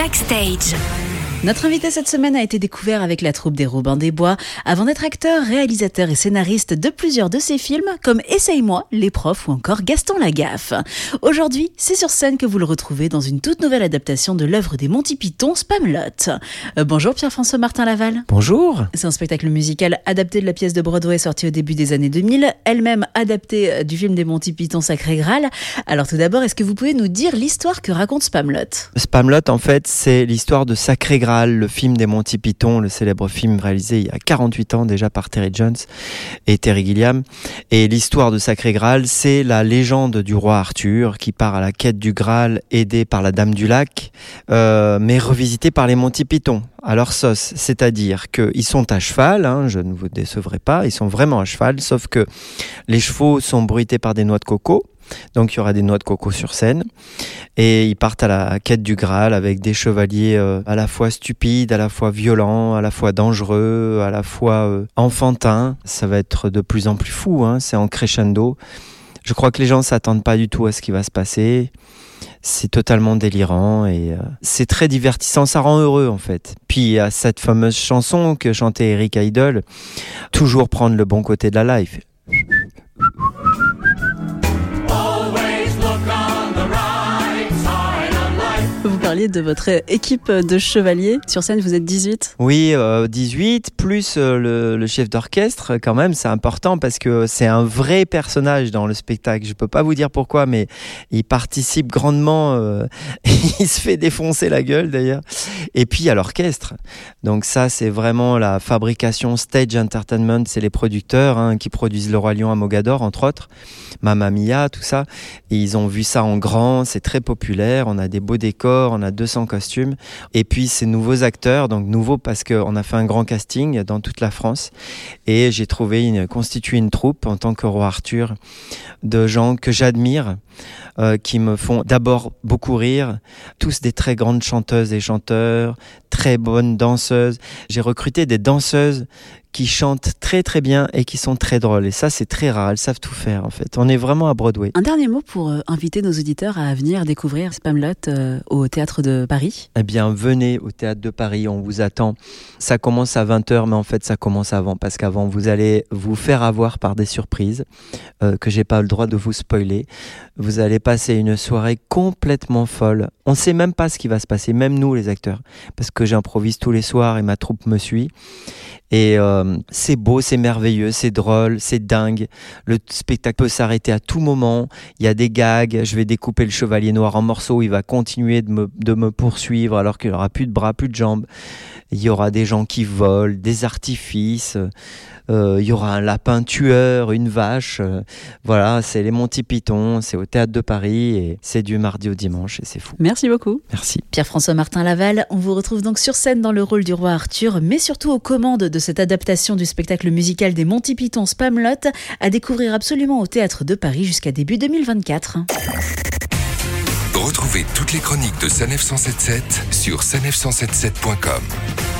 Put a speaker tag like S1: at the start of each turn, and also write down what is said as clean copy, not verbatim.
S1: Backstage.
S2: Notre invité cette semaine a été découvert avec la troupe des Robins des Bois, avant d'être acteur, réalisateur et scénariste de plusieurs de ses films, comme Essaye-moi, Les Profs ou encore Gaston Lagaffe. Aujourd'hui, c'est sur scène que vous le retrouvez dans une toute nouvelle adaptation de l'œuvre des Monty Python, Spamalot. Bonjour Pierre-François Martin Laval.
S3: Bonjour.
S2: C'est un spectacle musical adapté de la pièce de Broadway sortie au début des années 2000, elle-même adaptée du film des Monty Python Sacré Graal. Alors tout d'abord, est-ce que vous pouvez nous dire l'histoire que raconte Spamalot ?
S3: Spamalot, en fait, c'est l'histoire de Sacré Graal, le film des Monty Python, le célèbre film réalisé il y a 48 ans déjà par Terry Jones et Terry Gilliam. Et l'histoire de Sacré Graal, c'est la légende du roi Arthur qui part à la quête du Graal aidé par la Dame du Lac, mais revisité par les Monty Python à leur sauce. C'est-à-dire qu'ils sont à cheval, je ne vous décevrai pas, ils sont vraiment à cheval, sauf que les chevaux sont bruités par des noix de coco. Donc il y aura des noix de coco sur scène et ils partent à la quête du Graal avec des chevaliers à la fois stupides, à la fois violents, à la fois dangereux, à la fois enfantins. Ça va être de plus en plus fou, c'est en crescendo. Je crois que les gens s'attendent pas du tout à ce qui va se passer. C'est totalement délirant et c'est très divertissant, ça rend heureux en fait. Puis il y a cette fameuse chanson que chantait Eric Idle, toujours prendre le bon côté de la life.
S2: Vous parliez de votre équipe de chevaliers. Sur scène, vous êtes 18 ?
S3: Oui, 18, plus le chef d'orchestre, quand même, c'est important parce que c'est un vrai personnage dans le spectacle. Je peux pas vous dire pourquoi, mais il participe grandement. Il se fait défoncer la gueule, d'ailleurs. Et puis, il y a l'orchestre. Donc ça, c'est vraiment la fabrication Stage Entertainment. C'est les producteurs qui produisent Le Roi Lion à Mogador, entre autres. Mamma Mia, tout ça. Et ils ont vu ça en grand. C'est très populaire. On a des beaux décors. On a 200 costumes. Et puis, ces nouveaux acteurs, donc nouveaux parce qu'on a fait un grand casting dans toute la France. Et j'ai constitué une troupe en tant que roi Arthur de gens que j'admire, qui me font d'abord beaucoup rire. Tous des très grandes chanteuses et chanteurs, très bonnes danseuses. J'ai recruté des danseuses qui chantent très très bien et qui sont très drôles. Et ça, c'est très rare. Elles savent tout faire, en fait. On est vraiment à Broadway.
S2: Un dernier mot pour inviter nos auditeurs à venir découvrir Spamalot au Théâtre de Paris.
S3: Eh bien, venez au Théâtre de Paris, on vous attend. Ça commence à 20h, mais en fait, ça commence avant. Parce qu'avant, vous allez vous faire avoir par des surprises que j'ai pas le droit de vous spoiler. Vous allez passer une soirée complètement folle. On sait même pas ce qui va se passer, même nous, les acteurs. Parce que j'improvise tous les soirs et ma troupe me suit. Et c'est beau, c'est merveilleux, c'est drôle, c'est dingue. Le spectacle peut s'arrêter à tout moment. Il y a des gags. Je vais découper le chevalier noir en morceaux. Il va continuer de me poursuivre alors qu'il n'aura plus de bras, plus de jambes. Il y aura des gens qui volent, des artifices. Il y aura un lapin tueur, une vache. Voilà, c'est les Monty Python. C'est au Théâtre de Paris et c'est du mardi au dimanche et c'est fou.
S2: Merci beaucoup.
S3: Merci.
S2: Pierre-François Martin Laval, on vous retrouve donc sur scène dans le rôle du roi Arthur, mais surtout aux commandes de cette adaptation du spectacle musical des Monty Python Spamalot, à découvrir absolument au Théâtre de Paris jusqu'à début 2024.
S1: Retrouvez toutes les chroniques de Sanef 177 sur sanef177.com.